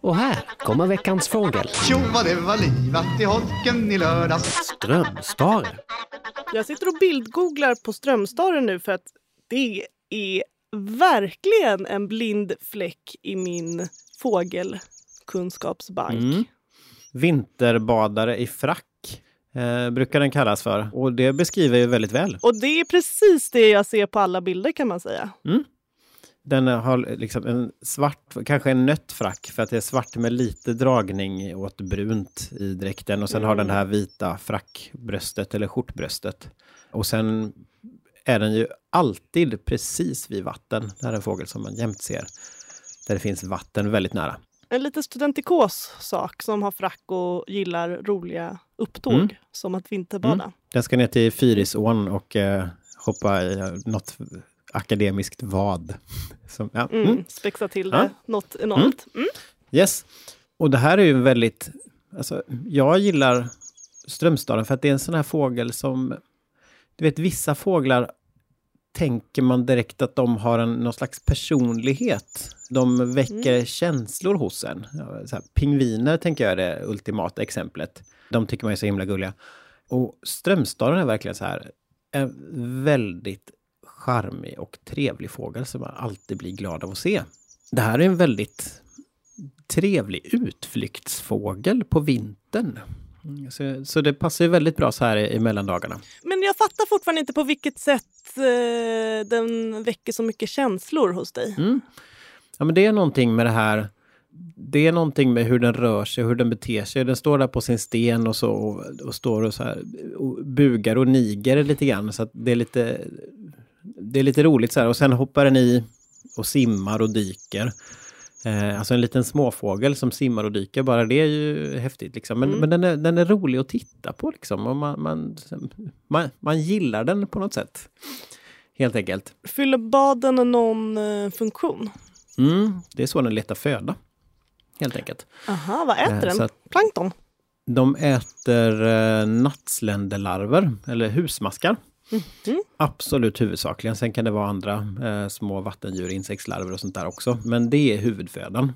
Och här kommer veckans fågel. Tjo vad det var livat i holken i lördags. Strömstare. Jag sitter och bildgooglar på strömstaren nu för att det är verkligen en blind fläck i min fågelkunskapsbank. Vinterbadare i frack brukar den kallas för. Och det beskriver ju väldigt väl. Och det är precis det jag ser på alla bilder, kan man säga. Den har liksom en svart, kanske en nött frack, för att det är svart med lite dragning åt brunt i dräkten. Och sen har den här vita frackbröstet eller skjortbröstet. Och sen är den ju alltid precis vid vatten. Det här är en fågel som man jämt ser. Där det finns vatten väldigt nära. En lite studentikos sak som har frack och gillar roliga upptåg. Som att vinterbada. Den ska ner till Fyrisån och hoppa i något akademiskt vad. Som, Spexa till det. Något enormt. Yes. Och det här är ju väldigt... Alltså, jag gillar strömstaren för att det är en sån här fågel som... Du vet, vissa fåglar tänker man direkt att de har någon slags personlighet. De väcker känslor hos en. Så här, pingviner tänker jag är det ultimata exemplet. De tycker man är så himla gulliga. Och strömstaren är verkligen så här en väldigt charmig och trevlig fågel som man alltid blir glad av att se. Det här är en väldigt trevlig utflyktsfågel på vintern. Så det passar ju väldigt bra så här i mellandagarna. Men jag fattar fortfarande inte på vilket sätt den väcker så mycket känslor hos dig. Ja, men det är någonting med det här. Det är någonting med hur den rör sig, hur den beter sig. Den står där på sin sten och står och så här och bugar och niger lite grann. Så att det är lite roligt så här. Och sen hoppar den i och simmar och dyker. Alltså en liten småfågel som simmar och dyker. Bara det är ju häftigt liksom. Men den är rolig att titta på liksom. Och man gillar den på något sätt. Helt enkelt. Fyller baden någon funktion? Det är så den letar föda. Helt enkelt. Aha, vad äter den? Plankton? De äter nattsländelarver eller husmaskar. Absolut huvudsakligen. Sen kan det vara andra små vattendjur, insektslarver och sånt där också. Men det är huvudfödan.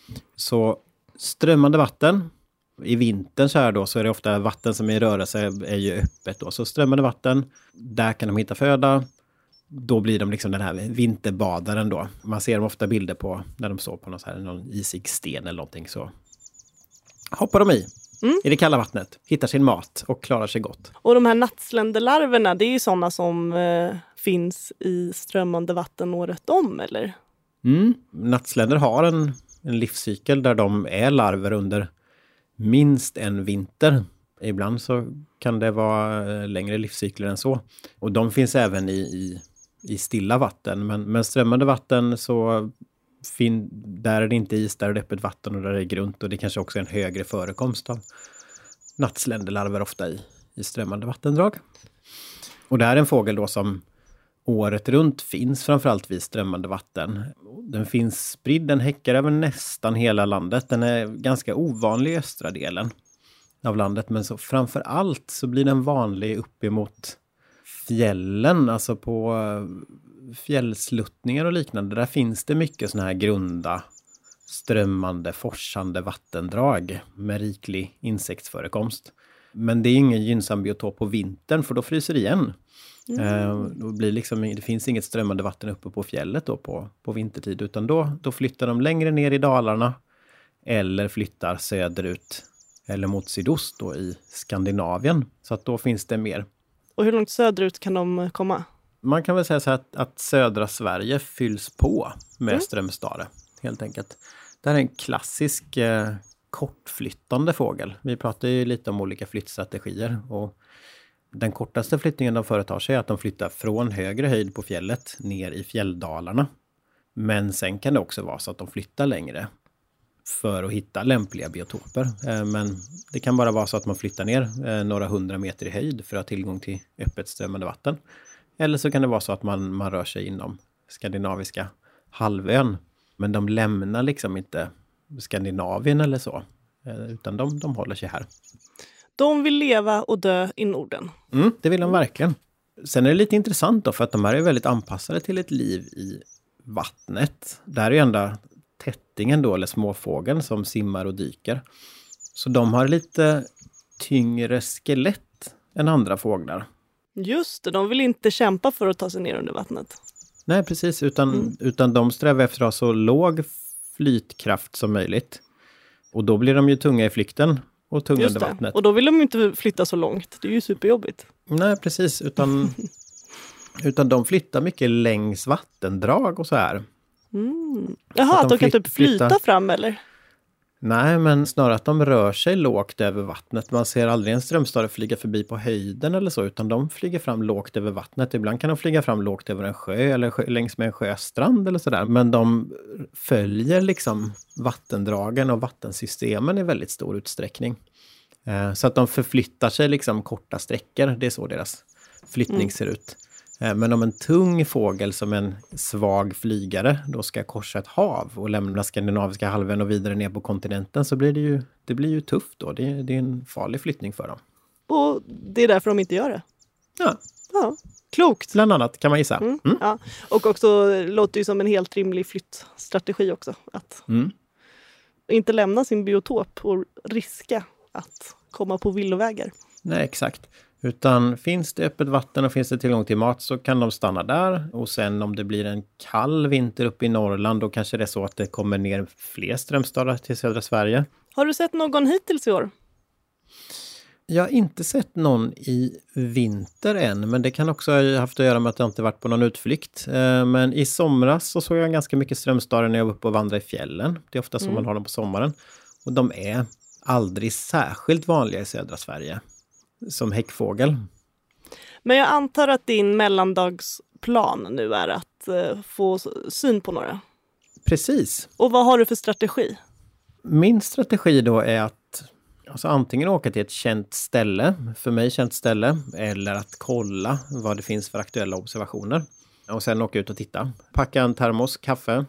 Så strömmande vatten. I vintern så här då så är det ofta vatten som är i rörelse är ju öppet då. Så strömmande vatten, där kan de hitta föda. Då blir de liksom den här vinterbadaren då. Man ser dem ofta bilder på när de står på någon isig sten eller någonting, så hoppar de i det kalla vattnet, hittar sin mat och klarar sig gott. Och de här nattsländelarverna, det är ju sådana som finns i strömmande vatten året om, eller? Nattsländer har en livscykel där de är larver under minst en vinter. Ibland så kan det vara längre livscykler än så. Och de finns även i stilla vatten. Men strömmande vatten så där är det inte is, där är det öppet vatten och där är det grunt. Och det kanske också är en högre förekomst av nattsländelarver ofta i strömmande vattendrag. Och det här är en fågel då som året runt finns framförallt vid strömmande vatten. Den finns spridd, den häckar över nästan hela landet. Den är ganska ovanlig i östra delen av landet, men så framför allt så blir den vanlig uppemot fjällen, alltså på fjällsluttningar och liknande. Där finns det mycket såna här grunda, strömmande, forsande vattendrag med riklig insektsförekomst. Men det är ingen gynnsam biotop på vintern, för då fryser det igen. Då blir liksom, det finns inget strömmande vatten uppe på fjället då på vintertid, utan då flyttar de längre ner i dalarna eller flyttar söderut eller mot sydost då i Skandinavien. Så att då finns det mer. Och hur långt söderut kan de komma? Man kan väl säga så här att södra Sverige fylls på med strömstare, helt enkelt. Det här är en klassisk kortflyttande fågel. Vi pratar ju lite om olika flyttstrategier, och den kortaste flyttningen de företar sig är att de flyttar från högre höjd på fjället ner i fjälldalarna. Men sen kan det också vara så att de flyttar längre för att hitta lämpliga biotoper. Men det kan bara vara så att man flyttar ner några 100 meter i höjd för att ha tillgång till öppet strömmande vatten. Eller så kan det vara så att man rör sig inom skandinaviska halvön. Men de lämnar liksom inte Skandinavien eller så. Utan de håller sig här. De vill leva och dö i Norden. Det vill de verkligen. Sen är det lite intressant då, för att de här är väldigt anpassade till ett liv i vattnet. Det här är ju enda tättingen då, eller småfågeln som simmar och dyker. Så de har lite tyngre skelett än andra fåglar. Just det, de vill inte kämpa för att ta sig ner under vattnet. Nej, precis. Utan de strävar efter att ha så låg flytkraft som möjligt. Och då blir de ju tunga i flykten och tunga under vattnet. Och då vill de ju inte flytta så långt. Det är ju superjobbigt. Nej, precis. Utan de flyttar mycket längs vattendrag och så här. Jaha, att de kan typ flyta fram eller? Nej, men snarare att de rör sig lågt över vattnet. Man ser aldrig en strömstare flyga förbi på höjden eller så, utan de flyger fram lågt över vattnet. Ibland kan de flyga fram lågt över en sjö eller längs med en sjöstrand eller sådär. Men de följer liksom vattendragen och vattensystemen i väldigt stor utsträckning. Så att de förflyttar sig liksom korta sträckor. Det är så deras flyttning ser ut. Men om en tung fågel som en svag flygare då ska korsa ett hav och lämna Skandinaviska halvön och vidare ner på kontinenten, så blir det blir ju tufft då. Det är en farlig flyttning för dem. Och det är därför de inte gör det? Ja. Klokt. Bland annat kan man gissa. Ja. Och också låter ju som en helt rimlig flyttstrategi också. Att inte lämna sin biotop och riska att komma på villovägar. Nej, exakt. Utan finns det öppet vatten och finns det tillgång till mat så kan de stanna där. Och sen om det blir en kall vinter uppe i Norrland, då kanske det är så att det kommer ner fler strömstadar till södra Sverige. Har du sett någon hittills i år? Jag har inte sett någon i vinter än, men det kan också ha haft att göra med att jag inte varit på någon utflykt. Men i somras så såg jag ganska mycket strömstadar när jag var uppe och vandrade i fjällen. Det är ofta så man har dem på sommaren. Och de är aldrig särskilt vanliga i södra Sverige. Som häckfågel. Men jag antar att din mellandagsplan nu är att få syn på några. Precis. Och vad har du för strategi? Min strategi då är att antingen åka till ett känt ställe, för mig känt ställe, eller att kolla vad det finns för aktuella observationer. Och sen åka ut och titta. Packa en termos, kaffe,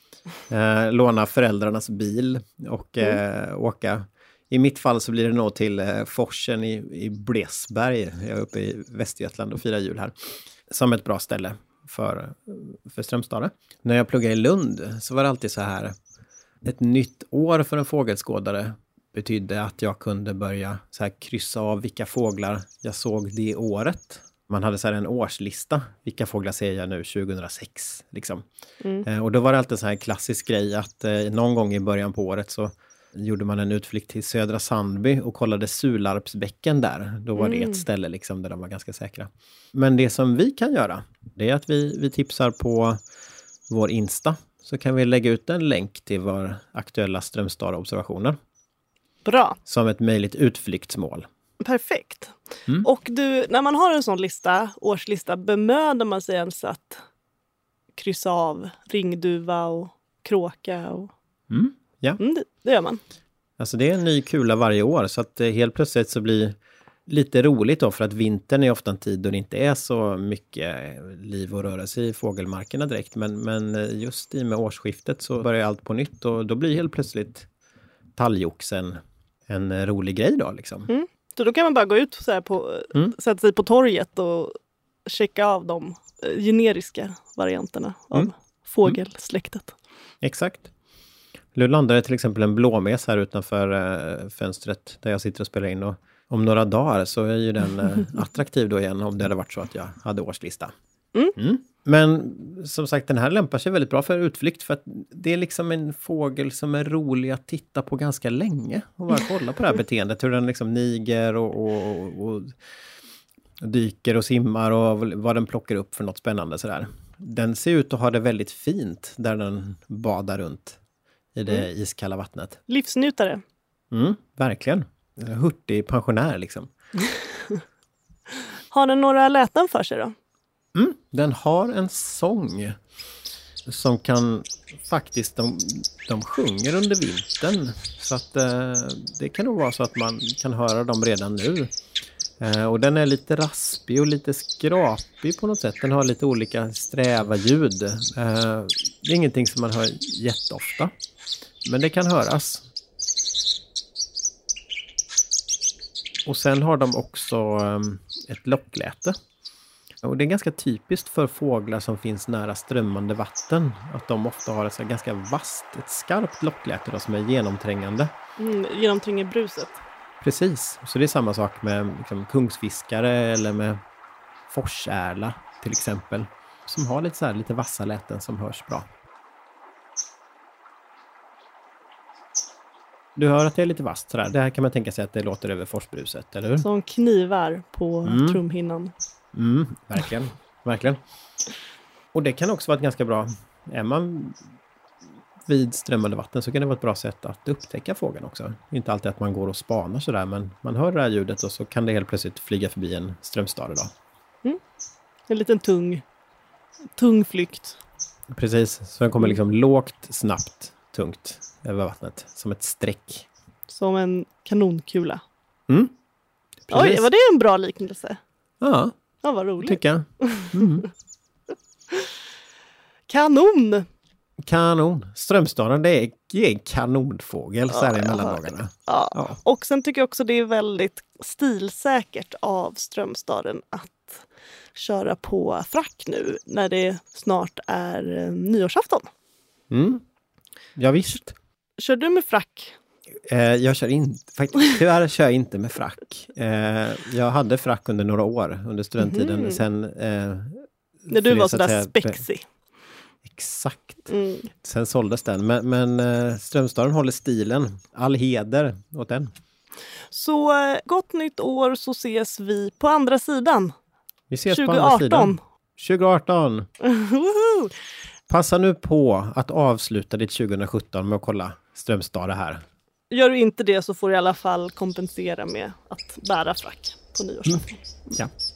låna föräldrarnas bil och åka. I mitt fall så blir det nog till forsen i Blesberg. Jag är uppe i Västergötland och firar jul här. Som ett bra ställe för strömstare. När jag pluggade i Lund så var det alltid så här. Ett nytt år för en fågelskådare betydde att jag kunde börja så här kryssa av vilka fåglar jag såg det året. Man hade så här en årslista. Vilka fåglar ser jag nu 2006? Liksom. Och då var det alltid så här klassisk grej att någon gång i början på året så gjorde man en utflykt till Södra Sandby och kollade Sularpsbäcken där. Då var det ett ställe liksom där de var ganska säkra. Men det som vi kan göra, det är att vi tipsar på vår Insta. Så kan vi lägga ut en länk till våra aktuella strömstadobservationer. Bra. Som ett möjligt utflyktsmål. Perfekt. Och du, när man har en sån årslista, bemöder man sig ens att kryssa av ringduva och kråka och... Ja. Det gör man. Alltså det är en ny kula varje år, så att helt plötsligt så blir lite roligt då, för att vintern är ofta en tid då det inte är så mycket liv och rörelse i fågelmarkerna direkt. Men just i med årsskiftet så börjar allt på nytt och då blir helt plötsligt talgoxen en rolig grej då liksom. Så då kan man bara gå ut så här sätta sig på torget och checka av de generiska varianterna av fågelsläktet. Exakt. Nu landade till exempel en blåmes här utanför fönstret där jag sitter och spelar in. Och om några dagar så är ju den attraktiv då igen om det hade varit så att jag hade årslista. Men som sagt, den här lämpar sig väldigt bra för utflykt. För att det är liksom en fågel som är rolig att titta på ganska länge. Och bara kolla på det här beteendet. Hur den liksom niger och dyker och simmar och vad den plockar upp för något spännande sådär. Den ser ut att ha det väldigt fint där den badar runt i det iskalla vattnet. Livsnjutare. Verkligen. Hurtig pensionär liksom. Har den några läten för sig då? Den har en sång som kan faktiskt, de sjunger under vintern. Så att det kan nog vara så att man kan höra dem redan nu. Och den är lite raspig och lite skrapig på något sätt. Den har lite olika sträva ljud. Det är ingenting som man hör jätteofta. Men det kan höras. Och sen har de också ett lockläte. Och det är ganska typiskt för fåglar som finns nära strömmande vatten. Att de ofta har ett så ganska vasst, ett skarpt lockläte då, som är genomträngande. Genomtränger bruset. Precis, så det är samma sak med liksom, kungsfiskare eller med forsärla till exempel. Som har lite vassa läten som hörs bra. Du hör att det är lite vasst sådär. Det här kan man tänka sig att det låter över forsbruset, eller hur? Som knivar på trumhinnan. Verkligen, verkligen. Och det kan också vara ett ganska bra... Är man vid strömmande vatten så kan det vara ett bra sätt att upptäcka fågeln också. Inte alltid att man går och spanar sådär, men man hör det här ljudet och så kan det helt plötsligt flyga förbi en strömstare då. En liten tung flykt. Precis, så den kommer liksom lågt, snabbt, tungt över vattnet. Som ett streck. Som en kanonkula. Precis. Oj, var det en bra liknelse? Ja, vad roligt. tycker jag. Kanon. Strömstaren, det är en kanonfågel så här i mellandagarna. Ja. Och sen tycker jag också det är väldigt stilsäkert av strömstaren att köra på frack nu när det snart är nyårsafton. Ja, visst. Kör du med frack? Jag kör inte, faktiskt tyvärr kör jag inte med frack. Jag hade frack under några år under studenttiden. Sen, när du var sådär spexig. Exakt. Sen såldes den. Men strömstaren håller stilen. All heder åt den. Så gott nytt år, så ses vi på andra sidan. Vi ses 2018. på andra sidan. 2018. Passa nu på att avsluta ditt 2017 med att kolla strömstare här. Gör du inte det så får du i alla fall kompensera med att bära frack på nyårsafton. Ja.